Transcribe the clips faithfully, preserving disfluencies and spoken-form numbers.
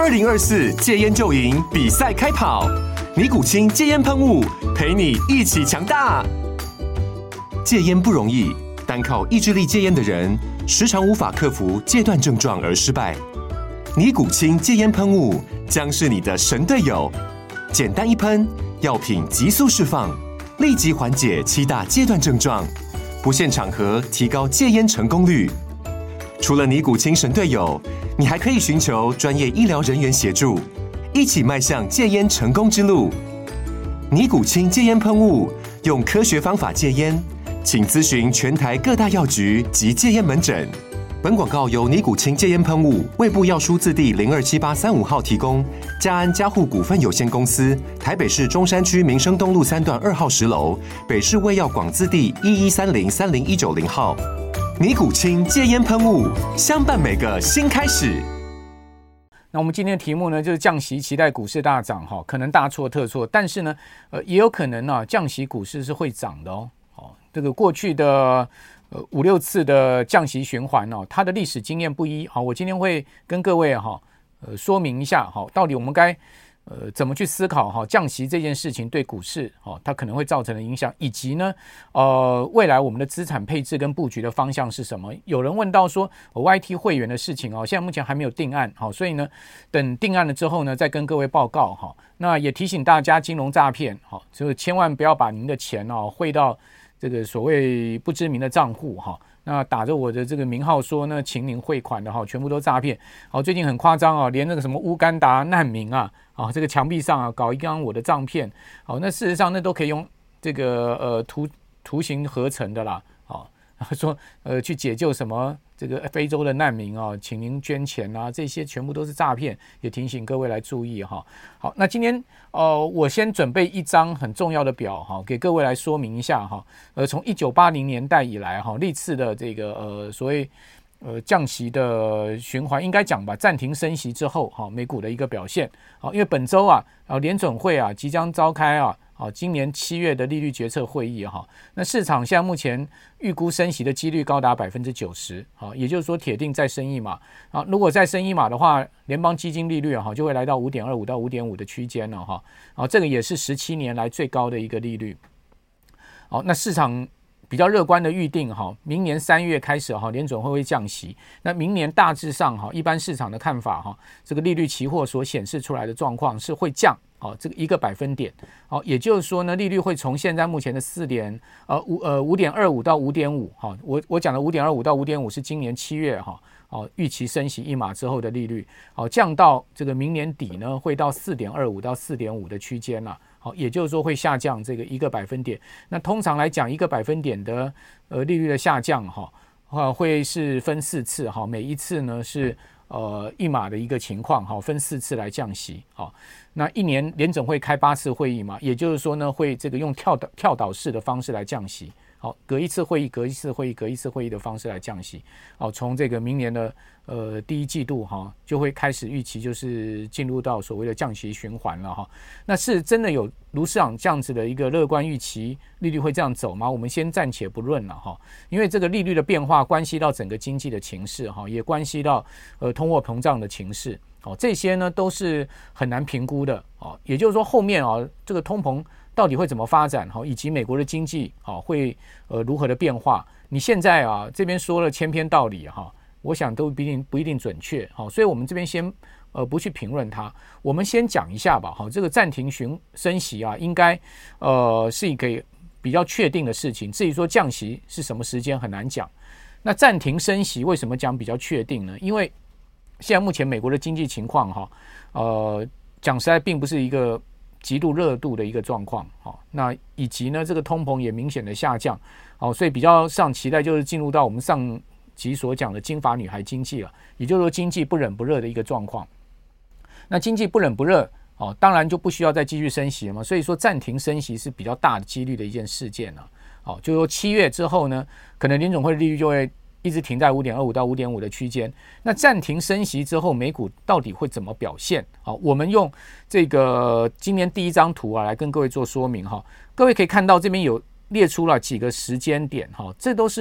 二零二四戒烟就赢比赛开跑，尼古清戒烟喷雾陪你一起强大。戒烟不容易，单靠意志力戒烟的人，时常无法克服戒断症状而失败。尼古清戒烟喷雾将是你的神队友，简单一喷，药品急速释放，立即缓解七大戒断症状，不限场合提高戒烟成功率。除了尼古清神队友，你还可以寻求专业医疗人员协助，一起迈向戒烟成功之路。尼古清戒烟喷雾，用科学方法戒烟，请咨询全台各大药局及戒烟门诊。本广告由尼古清戒烟喷雾、卫部药书字第零二七八三五号提供，嘉安嘉护股份有限公司，台北市中山区民生东路三段二号十楼，北市卫药广字第一一三零三零一九零号。尼古清戒烟喷雾，相伴每个新开始。 那我们今天的题目呢，就是降息期待股市大涨哈，可能大错特错，但是呢，呃，也有可能呢、啊，降息股市是会涨的哦。哦，这个过去的呃五六次的降息循环哦，它的历史经验不一。好，我今天会跟各位哈、呃说明一下哈，到底我们该呃怎么去思考哈降息这件事情对股市哦它可能会造成的影响，以及呢呃未来我们的资产配置跟布局的方向是什么？有人问到说、哦、Y T 会员的事情哦，现在目前还没有定案，好，所以呢等定案了之后呢再跟各位报告哈。那也提醒大家金融诈骗好，就是千万不要把您的钱哦汇到这个所谓不知名的账户哈。那打着我的这个名号说呢，请您汇款的哈，全部都诈骗。好，最近很夸张啊，连那个什么乌干达难民啊，啊，这个墙壁上啊搞一张我的照片，好，那事实上那都可以用这个呃图图形合成的啦，好，说呃去解救什么这个非洲的难民啊，请您捐钱啊，这些全部都是诈骗，也提醒各位来注意哈。好，那今天呃我先准备一张很重要的表哈，给各位来说明一下哈。呃，从一九八零年代以来哈，历次的这个呃所谓呃降息的循环，应该讲吧，暂停升息之后哈，美股的一个表现。好，因为本周啊，啊联准会啊即将召开啊。好，今年七月的利率决策会议哈，那市场现在目前预估升息的几率高达百分之九十，好，也就是说铁定再升一码啊。如果再升一码的话，联邦基金利率哈就会来到五点二五到五点五的区间了哈，好，这个也是十七年来最高的一个利率。好，那市场比较乐观的预定哈，明年三月开始哈，联准会会降息。那明年大致上哈，一般市场的看法哈，这个利率期货所显示出来的状况是会降。好，这个一个百分点，好，也就是说呢，利率会从现在目前的四点呃五呃五点二五到五点五，哈，我我讲的五点二五到五点五是今年七月哈，好，预期升息一码之后的利率，好，降到这个明年底呢，会到四点二五到四点五的区间了，好，也就是说会下降这个一个百分点。那通常来讲，一个百分点的呃利率的下降哈，啊会是分四次哈，每一次呢是。呃，一码的一个情况，好，分四次来降息，好，那一年联准会开八次会议嘛，也就是说呢，会这个用跳导跳导式的方式来降息，好，隔一次会议，隔一次会议，隔一次会议的方式来降息，好，从这个明年的呃第一季度哈，就会开始预期就是进入到所谓的降息循环了哈。那是真的有如市场这样子的一个乐观预期，利率会这样走吗？我们先暂且不论了哈，因为这个利率的变化关系到整个经济的情势哈，也关系到呃通货膨胀的情势，哦，这些呢都是很难评估的哦。也就是说，后面啊这个通膨到底会怎么发展，哈，以及美国的经济啊会呃如何的变化，你现在啊这边说了千篇道理哈，我想都不一定不一定准确，好，所以我们这边先。呃，不去评论它，我们先讲一下吧。好，这个暂停循升息啊，应该呃是一个比较确定的事情。至于说降息是什么时间很难讲。那暂停升息为什么讲比较确定呢？因为现在目前美国的经济情况哈，呃，讲实在并不是一个极度热度的一个状况。好，那以及呢，这个通膨也明显的下降。好，所以比较上期待就是进入到我们上集所讲的金发女孩经济了，也就是说经济不冷不热的一个状况。那经济不冷不热，哦，当然就不需要再继续升息了嘛。所以说暂停升息是比较大的几率的一件事件了。哦，就是说七月之后呢，可能联总会利率就会一直停在五点二五到五点五的区间。那暂停升息之后，美股到底会怎么表现？好，我们用这个今年第一张图啊来跟各位做说明哈。各位可以看到这边有列出了几个时间点哈，这都是啊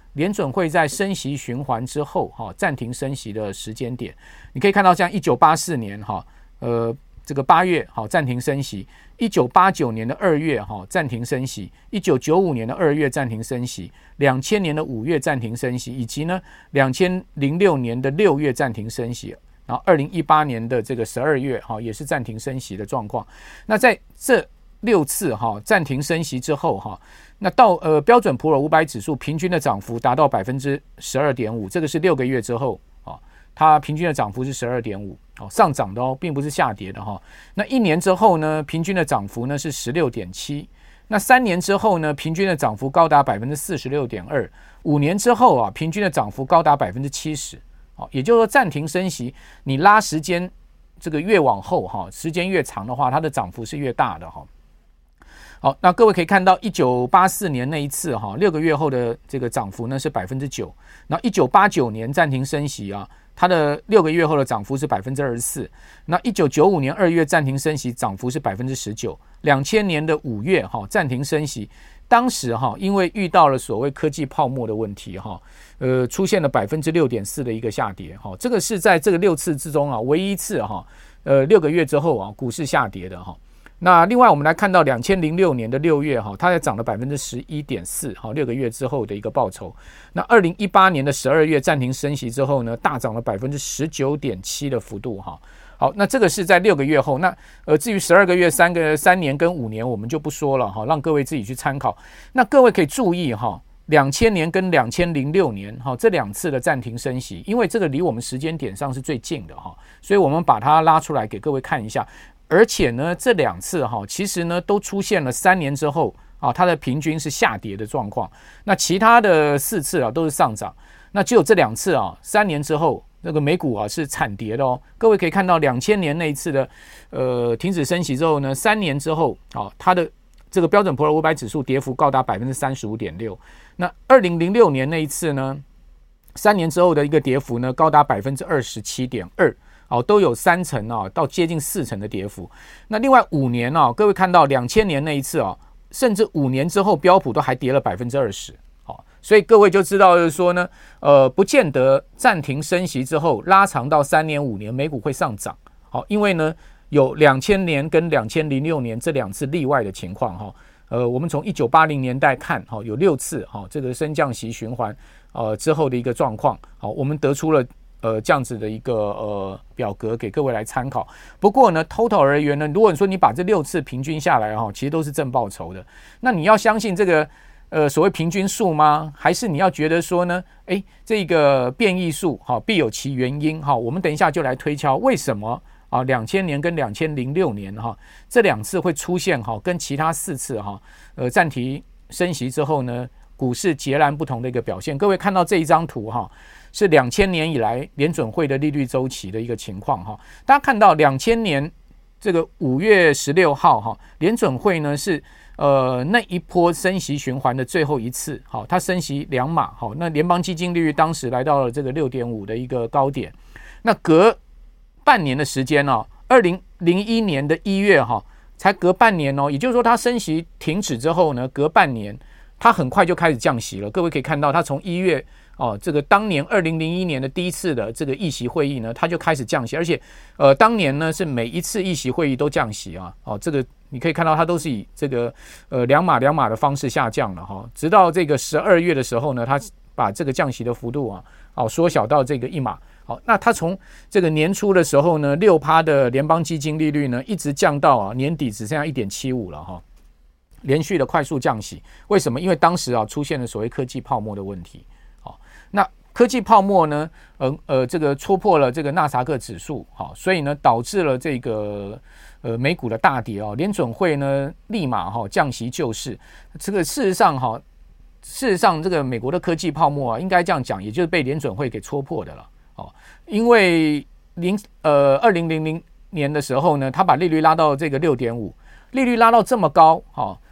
联准会在升息循环之后哈暂停升息的时间点。你可以看到像一九八四年哈呃这个八月好暂停升息，一九八九年的二月哈暂停升息，一九九五年的二月暂停升息，两千年的五月暂停升息，以及呢两千零六年的六月暂停升息，然后二零一八年的这个十二月哈也是暂停升息的状况。那在这六次哈暂停升息之后哈，那到呃标准普尔五百指数平均的涨幅达到百分之十二点五，这个是六个月之后啊，它平均的涨幅是十二点五。上涨的哦，并不是下跌的哈、哦。那一年之后呢，平均的涨幅呢是十六点七。那三年之后呢，平均的涨幅高达百分之四十六点二。五年之后啊，平均的涨幅高达百分之七十。哦，也就是说暂停升息，你拉时间这个越往后哈、哦，时间越长的话，它的涨幅是越大的哈、哦。好，那各位可以看到，一九八四年那一次哈，六个月后的这个涨幅呢是百分之九。那一九八九年暂停升息啊。它的六个月后的涨幅是百分之二十四，那一九九五年二月暂停升息，涨幅是百分之十九。两千年的五月哈暂停升息，当时哈因为遇到了所谓科技泡沫的问题哈，呃出现了百分之六点四的一个下跌哈，这个是在这个六次之中啊唯一一次哈，呃六个月之后啊股市下跌的哈。那另外我们来看到两千零六年的六月哈，它也涨了百分之十一点四，好，六个月之后的一个报酬。那二零一八年的十二月暂停升息之后呢，大涨了百分之十九点七的幅度哈。好，那这个是在六个月后。那呃，至于十二个月、三个三年跟五年，我们就不说了哈，让各位自己去参考。那各位可以注意哈，两千年跟两千零六年哈这两次的暂停升息，因为这个离我们时间点上是最近的哈，所以我们把它拉出来给各位看一下。而且呢，这两次哈，其实呢都出现了三年之后啊，它的平均是下跌的状况。那其他的四次啊都是上涨，那只有这两次啊，三年之后那个美股啊是惨跌的哦。各位可以看到，两千年那一次的呃停止升息之后呢，三年之后啊，它的这个标准普尔五百指数跌幅高达百分之三十五点六。那二零零六年那一次呢，三年之后的一个跌幅呢，高达百分之二十七点二。哦，都有三成啊，到接近四成的跌幅。那另外五年啊，各位看到两千年那一次啊，甚至五年之后标普都还跌了百分之二十。好，所以各位就知道就是说呢，呃，不见得暂停升息之后拉长到三年五年，美股会上涨。好，因为呢有两千年跟两千零六年这两次例外的情况哈。呃，我们从一九八零年代看，哈，有六次哈这个升降息循环呃之后的一个状况。好，我们得出了。呃，这样子的一个呃表格给各位来参考。不过呢 ，total 而言呢，如果你说你把这六次平均下来哈，其实都是正报酬的。那你要相信这个呃所谓平均数吗？还是你要觉得说呢，哎，这个变异数哈必有其原因哈？我们等一下就来推敲为什么啊，两千年跟两千零六年哈这两次会出现哈跟其他四次哈呃暂停升息之后呢，股市截然不同的一个表现。各位看到这一张图哈。是两千年以来联准会的利率周期的一个情况哈，大家看到两千年这个五月十六号哈，联准会呢是呃那一波升息循环的最后一次，好，它升息两码，好，那联邦基金利率当时来到了这个六点五的一个高点，那隔半年的时间哦，二零零一年的一月哈，才隔半年哦，也就是说它升息停止之后呢，隔半年它很快就开始降息了，各位可以看到它从一月。哦，这个当年二零零一年的第一次的这个议息会议呢，它就开始降息，而且呃，当年呢是每一次议息会议都降息啊。哦，这个你可以看到它都是以这个呃两码两码的方式下降了哈、哦，直到这个十二月的时候呢，它把这个降息的幅度啊，哦缩小到这个一码。好、哦，那它从这个年初的时候呢，六趴的联邦基金利率呢，一直降到啊年底只剩下一点七五了哈、哦，连续的快速降息。为什么？因为当时啊出现了所谓科技泡沫的问题。那科技泡沫呢，呃呃，这个戳破了这个纳斯达克指数，好，所以呢导致了这个呃美股的大跌哦。联准会呢立马哈、哦、降息救市，这个事实上哈、哦，事实上这个美国的科技泡沫啊，应该这样讲，也就是被联准会给戳破的了哦。因为零呃二零零零年的时候呢，他把利率拉到这个六点五，利率拉到这么高，哦，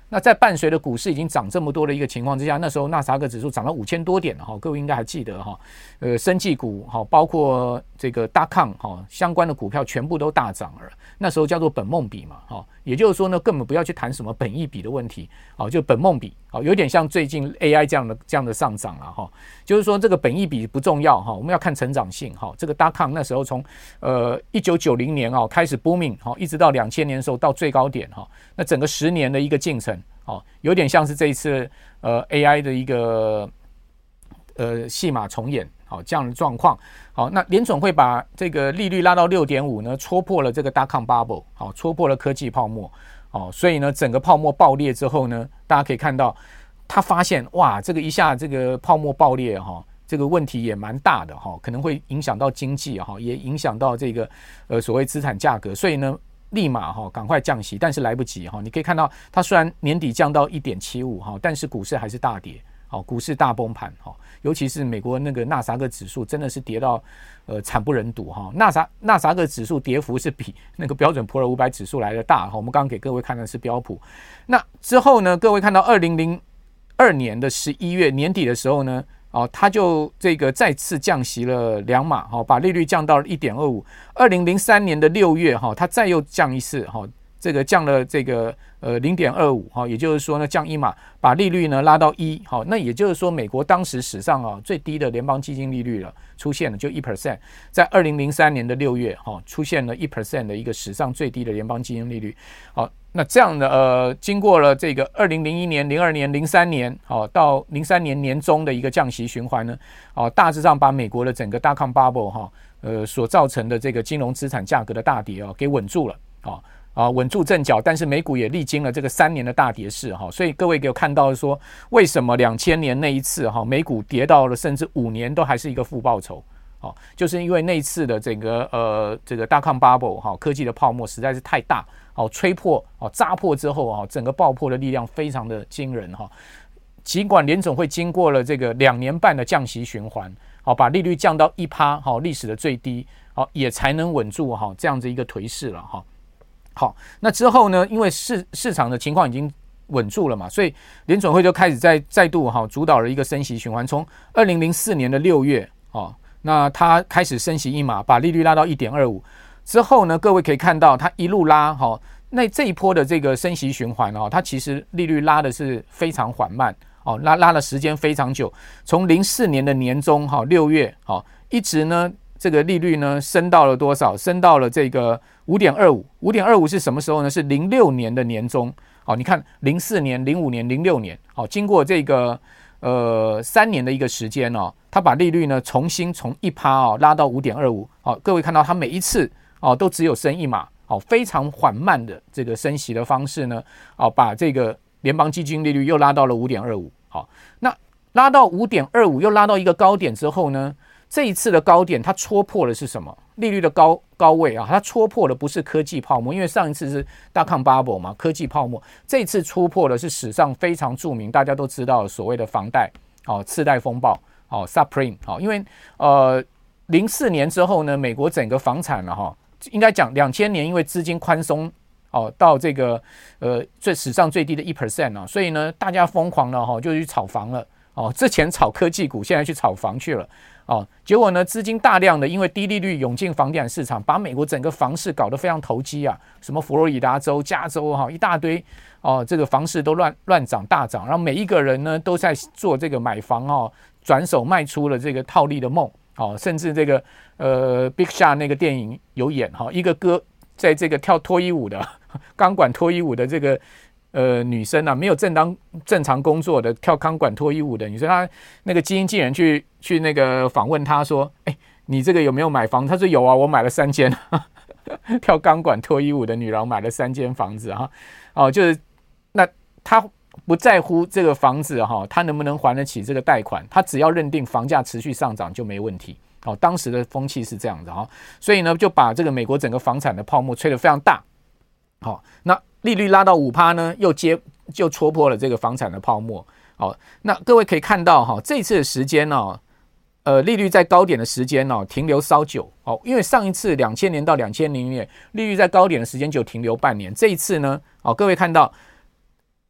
那在伴随着股市已经涨这么多的一个情况之下，那时候纳斯达克指数涨到五千多点了哈，各位应该还记得哈，呃，生技股哈，包括这个大康哈相关的股票全部都大涨了。那时候叫做本梦比嘛，哈，也就是说呢，根本不要去谈什么本益比的问题，好，就本梦比，好，有点像最近 A I 这样的这样的上涨了哈，就是说这个本益比不重要哈，我们要看成长性哈。这个大康那时候从呃一九九零年啊开始 booming 哈，一直到两千年的时候到最高点哈，那整个十年的一个进程，哦，有点像是这一次呃 A I 的一个呃戏码重演。好，这样的状况，好，那联准会把这个利率拉到 六点五 呢，戳破了这个 dot-com bubble， 好，戳破了科技泡沫，好，所以呢，整个泡沫爆裂之后呢，大家可以看到，他发现哇，这个一下这个泡沫爆裂哈，这个问题也蛮大的哈，可能会影响到经济哈，也影响到这个呃所谓资产价格，所以呢，立马哈赶快降息，但是来不及哈，你可以看到，它虽然年底降到 一点七五 哈，但是股市还是大跌。好，股市大崩盘哈，尤其是美国那个纳斯达克指数真的是跌到呃惨不忍睹哈。纳斯纳斯达克指数跌幅是比那个标准普尔五百指数来的大哈。我们刚刚给各位看的是标普。那之后呢，各位看到二零零二年的十一月年底的时候呢，哦，他就这个再次降息了两码哈，把利率降到了 一点二五。二零零三年的六月哈，他再又降一次哈。这个降了这个呃 零点二五 哈，也就是说呢降一码，把利率呢拉到一，好，那也就是说美国当时史上啊最低的联邦基金利率了，出现了就 百分之一， 在二零零三年的六月哈出现了 百分之一 的一个史上最低的联邦基金利率，好，那这样的呃经过了这个二零零一年、零二年、零三年，好到零三年年中的一个降息循环呢，哦大致上把美国的整个 dot-com bubble 哈呃所造成的这个金融资产价格的大跌啊给稳住了啊。啊，稳住阵脚，但是美股也历经了这个三年的大跌势哈，所以各位有看到说，为什么两千年那一次哈，美股跌到了甚至五年都还是一个负报酬，哦，就是因为那一次的整个呃这个dot-com bubble 哈，科技的泡沫实在是太大，哦，吹破哦扎破之后啊，整个爆破的力量非常的惊人哈。尽管联总会经过了这个两年半的降息循环，好，把利率降到 百分之一， 好，历史的最低，好，也才能稳住哈这样子一个颓势了哈。好，那之后呢？因为市市场的情况已经稳住了嘛，所以联准会就开始再再度哈主导了一个升息循环。从二零零四年的六月哦，那它开始升息一码，把利率拉到 一点二五 之后呢，各位可以看到它一路拉哈、哦，那这一波的这个升息循环哦，它其实利率拉的是非常缓慢哦，拉拉的时间非常久，从零四年的年中哈六月哦，一直呢。这个利率呢升到了多少？升到了这个 五点二五。五点二五 是什么时候呢？是零六年的年中。好，你看零四年、零五年、零六年，好，经过这个呃三年的一个时间哦，它把利率呢重新从 百分之一 哦拉到 五点二五。好，各位看到它每一次哦都只有升一码，好，非常缓慢的这个升息的方式呢，哦把这个联邦基金利率又拉到了 五点二五。好，那拉到 五点二五 又拉到一个高点之后呢？这一次的高点，它戳破的是什么？利率的高高位啊，它戳破的不是科技泡沫，因为上一次是dot-com bubble嘛，科技泡沫。这一次戳破的是史上非常著名，大家都知道的所谓的房贷，哦，次贷风暴，哦 ，subprime， 哦，因为呃，零四年之后呢，美国整个房产了哈，应该讲两千年，因为资金宽松，哦，到这个呃最史上最低的 百分之一 啊，所以呢，大家疯狂的哈就去炒房了，哦，之前炒科技股，现在去炒房去了。哦，结果呢，资金大量的因为低利率涌进房地产市场，把美国整个房市搞得非常投机啊！什么佛罗里达州、加州哈、哦，一大堆哦，这个房市都乱乱涨大涨，然后每一个人呢都在做这个买房哦，转手卖出了这个套利的梦哦，甚至这个呃 Big Shot 那个电影有演哈、哦，一个歌在这个跳脱衣舞的钢管脱衣舞的这个。呃，女生啊，没有正当正常工作的跳钢管脱衣舞的女生，她那个基金经理人去去那个访问她说：“哎，你这个有没有买房？”她说：“有啊，我买了三间。”跳钢管脱衣舞的女郎买了三间房子哈，哦，就是那她不在乎这个房子哈，她能不能还得起这个贷款，她只要认定房价持续上涨就没问题。哦，当时的风气是这样的哈，所以呢就把这个美国整个房产的泡沫吹得非常大。好，那。利率拉到 百分之五 呢，又接就戳破了这个房产的泡沫。好，那各位可以看到哈，这次的时间呢，呃，利率在高点的时间呢停留稍久。哦，因为上一次两千年到两千零年利率在高点的时间就停留半年，这一次呢，哦，各位看到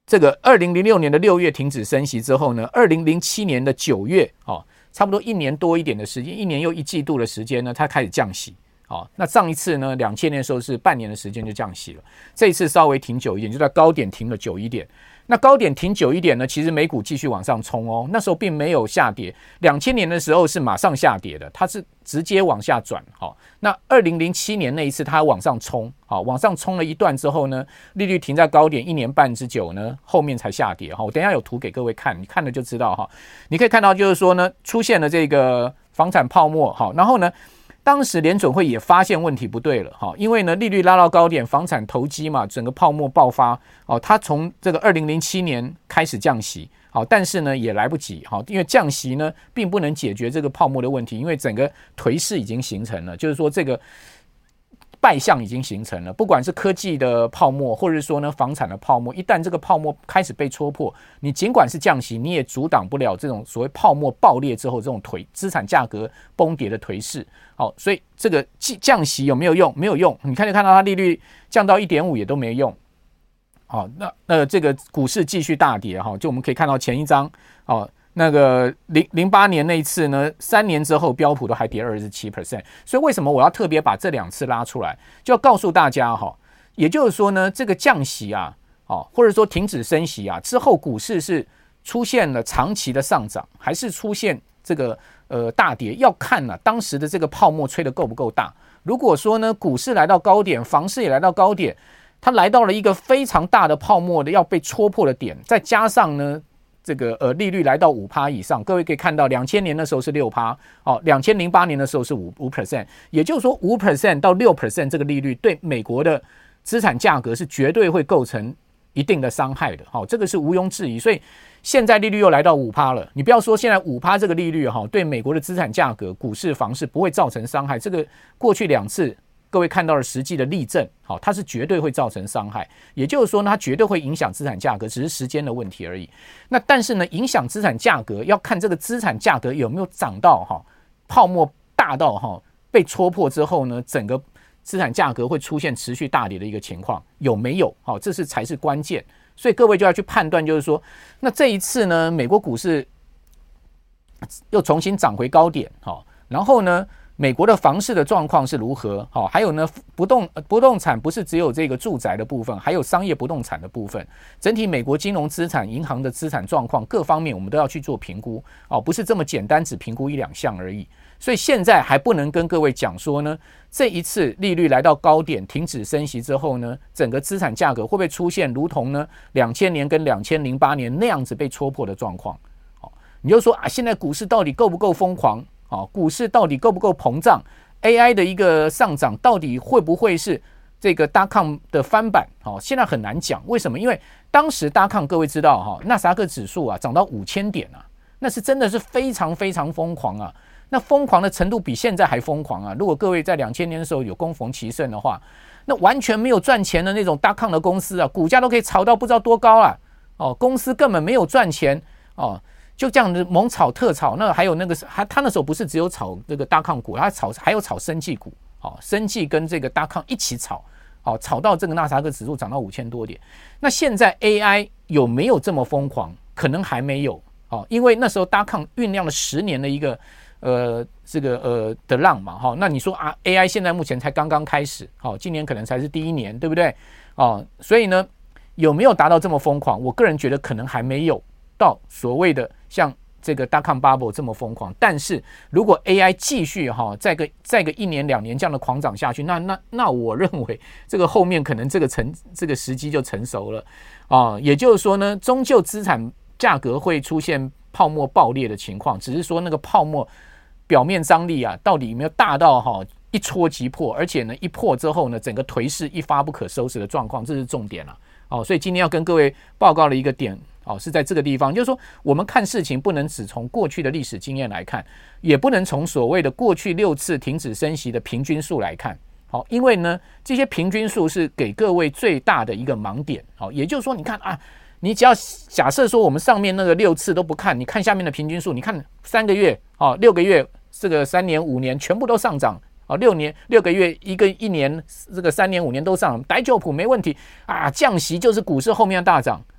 这个二零零六年的六月停止升息之后呢，二零零七年的九月，哦，差不多一年多一点的时间，一年又一季度的时间呢，它开始降息。哦，那上一次呢，两千年的时候是半年的时间就降息了，这一次稍微停久一点，就在高点停了久一点。那高点停久一点呢，其实美股继续往上冲哦，那时候并没有下跌。两千年的时候是马上下跌的，它是直接往下转。好、哦，那二零零七年那一次它往上冲，好、哦，往上冲了一段之后呢，利率停在高点一年半之久呢，后面才下跌。哈、哦，我等一下有图给各位看，你看了就知道哈、哦。你可以看到就是说呢，出现了这个房产泡沫，好、哦，然后呢。当时联准会也发现问题不对了，因为呢利率拉到高点，房产投机嘛，整个泡沫爆发。它从这个二零零七年开始降息，但是呢也来不及，因为降息呢并不能解决这个泡沫的问题，因为整个颓势已经形成了，就是说这个败象已经形成了，不管是科技的泡沫，或者是说呢房产的泡沫，一旦这个泡沫开始被戳破，你尽管是降息，你也阻挡不了这种所谓泡沫爆裂之后这种颓资产价格崩跌的颓势。好，所以这个降息有没有用？没有用。你看就看到它利率降到 一点五 也都没用。好，那那这个股市继续大跌哈，就我们可以看到前一张哦。那个零零八年那一次呢，三年之后标普都还跌 百分之二十七， 所以为什么我要特别把这两次拉出来，就要告诉大家哈，也就是说呢，这个降息啊，哦，或者说停止升息啊之后，股市是出现了长期的上涨，还是出现这个呃大跌，要看呢、啊、当时的这个泡沫吹得够不够大。如果说呢股市来到高点，房市也来到高点，它来到了一个非常大的泡沫的要被戳破的点，再加上呢。这个呃利率来到 百分之五 以上，各位可以看到两千年的时候是 百分之六， 哦，二零零八年的时候是 百分之五， 也就是说 百分之五 到 百分之六 这个利率对美国的资产价格是绝对会构成一定的伤害的，哦，这个是毋庸置疑。所以现在利率又来到 百分之五 了，你不要说现在 百分之五 这个利率哈，对美国的资产价格、股市、房市不会造成伤害，这个过去两次各位看到了实际的例证，好，它是绝对会造成伤害，也就是说呢，它绝对会影响资产价格，只是时间的问题而已。那但是呢，影响资产价格要看这个资产价格有没有涨到哈泡沫大到哈被戳破之后呢，整个资产价格会出现持续大跌的一个情况，有没有？好，这是才是关键。所以各位就要去判断，就是说，那这一次呢，美国股市又重新涨回高点，好，然后呢？美国的房市的状况是如何？好，还有呢，不动不动产不是只有这个住宅的部分，还有商业不动产的部分。整体美国金融资产、银行的资产状况各方面，我们都要去做评估哦，不是这么简单只评估一两项而已。所以现在还不能跟各位讲说呢，这一次利率来到高点，停止升息之后呢，整个资产价格会不会出现如同呢两千年跟两千零八年那样子被戳破的状况？哦，你就说啊，现在股市到底够不够疯狂？哦，股市到底够不够膨胀 ？A I 的一个上涨到底会不会是这个 dot-com 的翻版？哦，现在很难讲。为什么？因为当时 dot-com 各位知道哈，纳斯达克指数啊涨到五千点啊，那是真的是非常非常疯狂啊。那疯狂的程度比现在还疯狂啊！如果各位在两千年的时候有恭逢其盛的话，那完全没有赚钱的那种 dot-com 的公司啊，股价都可以炒到不知道多高啊！哦，公司根本没有赚钱哦。就这样子猛炒特炒，那还有那个他他那时候不是只有炒这个dot-com股，他炒还有炒生技股，哦，生技跟这个dot-com一起炒，哦，炒到这个纳斯达克指数涨到五千多点。那现在 A I 有没有这么疯狂？可能还没有，哦，因为那时候dot-com酝酿了十年的一个呃这个呃的浪嘛，哈、哦，那你说啊 A I 现在目前才刚刚开始，好、哦，今年可能才是第一年，对不对？哦，所以呢有没有达到这么疯狂？我个人觉得可能还没有。到所谓的像这个 dot-com bubble 这么疯狂，但是如果 A I 继续哈再个再个一年两年这样的狂涨下去，那那那我认为这个后面可能这个成这个时机就成熟了啊，也就是说呢，终究资产价格会出现泡沫爆裂的情况，只是说那个泡沫表面张力啊，到底有没有大到哈一戳即破，而且呢一破之后呢，整个颓势一发不可收拾的状况，这是重点了哦。所以今天要跟各位报告的一个点。哦，是在这个地方，就是说，我们看事情不能只从过去的历史经验来看，也不能从所谓的过去六次停止升息的平均数来看。好，因为呢，这些平均数是给各位最大的一个盲点。好，也就是说，你看啊，你只要假设说我们上面那个六次都不看，你看下面的平均数，你看三个月、哦六个月、这个三年、五年全部都上涨。哦，六年六个月一个一年，这个三年五年都上，逮就谱没问题啊。降息就是股市后面的大涨。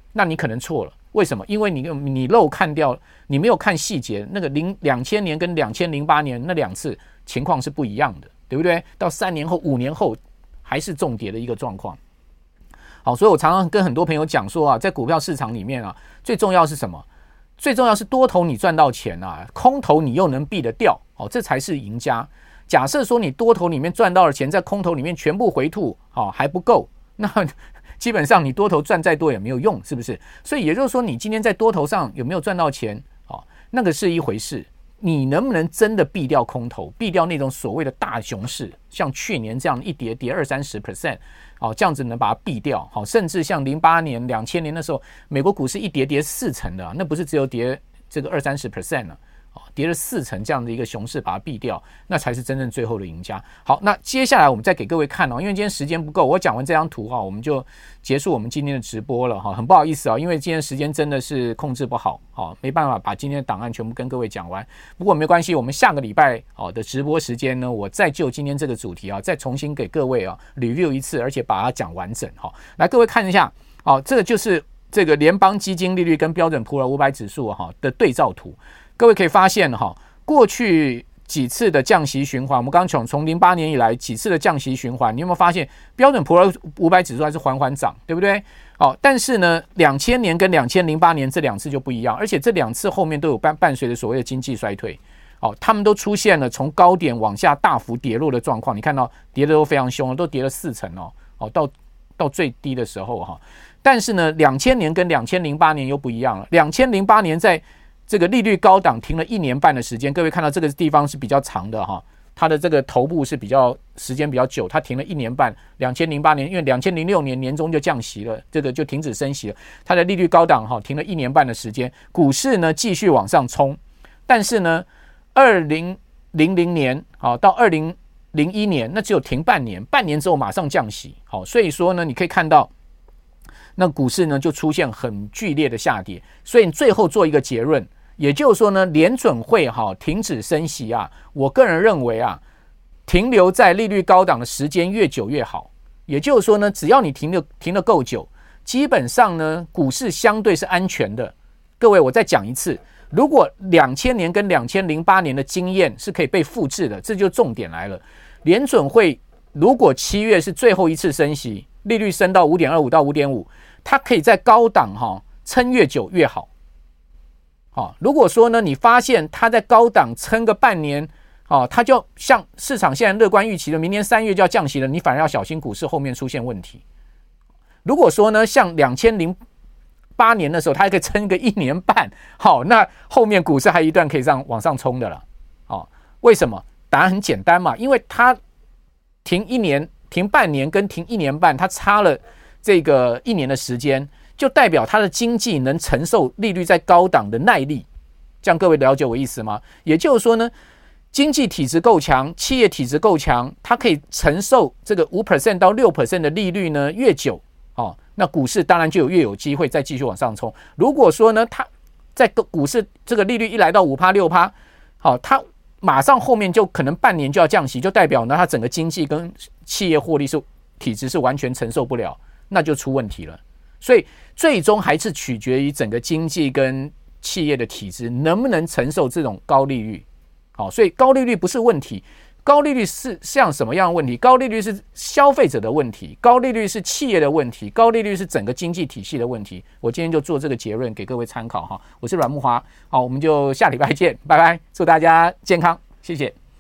那你可能错了。为什么？因为你你漏看掉，你没有看细节。那个零两千年跟两千零八年那两次情况是不一样的，对不对？到三年后、五年后还是重跌的一个状况。好，所以我常常跟很多朋友讲说啊，在股票市场里面啊，最重要是什么？最重要是多头你赚到钱啊，空头你又能避得掉，哦，这才是赢家。假设说你多头里面赚到的钱，在空头里面全部回吐，哦，还不够，那基本上你多头赚再多也没有用，是不是？所以也就是说，你今天在多头上有没有赚到钱？哦，那个是一回事。你能不能真的避掉空头，避掉那种所谓的大熊市，像去年这样一跌跌二三十 percent， 哦，这样子能把它避掉，好，甚至像零八年、两千年的时候，美国股市一跌跌四成的、啊，那不是只有跌这个二三十 percent 了。跌了四成这样的一个熊市把它避掉，那才是真正最后的赢家。好，那接下来我们再给各位看哦，因为今天时间不够，我讲完这张图哈，我们就结束我们今天的直播了哈。很不好意思啊，因为今天时间真的是控制不好，好，没办法把今天的档案全部跟各位讲完。不过没关系，我们下个礼拜哦的直播时间呢，我再就今天这个主题啊，再重新给各位啊 review 一次，而且把它讲完整哈。来，各位看一下，哦，这个就是这个联邦基金利率跟标准普尔五百指数哈的对照图。各位可以发现哈，过去几次的降息循环，我们刚刚讲从零八年以来几次的降息循环，你有没有发现标准普尔五百指数还是缓缓涨，对不对？哦，但是呢，两千年跟两千零八年这两次就不一样，而且这两次后面都有伴伴随着所谓的经济衰退，哦，他们都出现了从高点往下大幅跌落的状况。你看到跌的都非常凶，都跌了四成哦，哦，到到最低的时候哈。但是呢，两千年跟两千零八年又不一样了，两千零八年在这个利率高档停了一年半的时间，各位看到这个地方是比较长的哈，它的这个头部是比较时间比较久，它停了一年半。两千零八年，因为两千零六年年中就降息了，这个就停止升息了，它的利率高档哈停了一年半的时间，股市呢继续往上冲，但是呢，二零零零年好到二零零一年，那只有停半年，半年之后马上降息，好，所以说呢，你可以看到。那股市呢就出现很剧烈的下跌，所以你最后做一个结论，也就是说呢，联准会哈停止升息啊，我个人认为啊，停留在利率高档的时间越久越好。也就是说呢，只要你停的停的够久，基本上呢，股市相对是安全的。各位，我再讲一次，如果两千年跟两千零八年的经验是可以被复制的，这就重点来了。联准会如果七月是最后一次升息，利率升到 五点二五 到 五点五，它可以在高档哈撑越久越好。好，如果说呢，你发现它在高档撑个半年，哦，它就像市场现在乐观预期的，明年三月就要降息了，你反而要小心股市后面出现问题。如果说呢，像两千零八年的时候，它还可以撑个一年半，好，那后面股市还有一段可以上往上冲的了。哦，为什么？答案很简单嘛，因为它停一年。停半年跟停一年半，它差了这个一年的时间，就代表它的经济能承受利率在高档的耐力。这样各位了解我意思吗？也就是说呢，经济体质够强，企业体质够强，它可以承受这个 百分之五 到 百分之六 的利率呢越久，哦，那股市当然就有越有机会再继续往上冲。如果说呢，它在股市这个利率一来到 百分之五 百分之六， 好，它马上后面就可能半年就要降息，就代表呢它整个经济跟企业获利是体质是完全承受不了，那就出问题了。所以最终还是取决于整个经济跟企业的体质能不能承受这种高利率。好，所以高利率不是问题，高利率是像什么样的问题？高利率是消费者的问题，高利率是企业的问题，高利率是整个经济体系的问题。我今天就做这个结论给各位参考哈。我是阮慕骅，好，我们就下礼拜见，拜拜，祝大家健康，谢谢。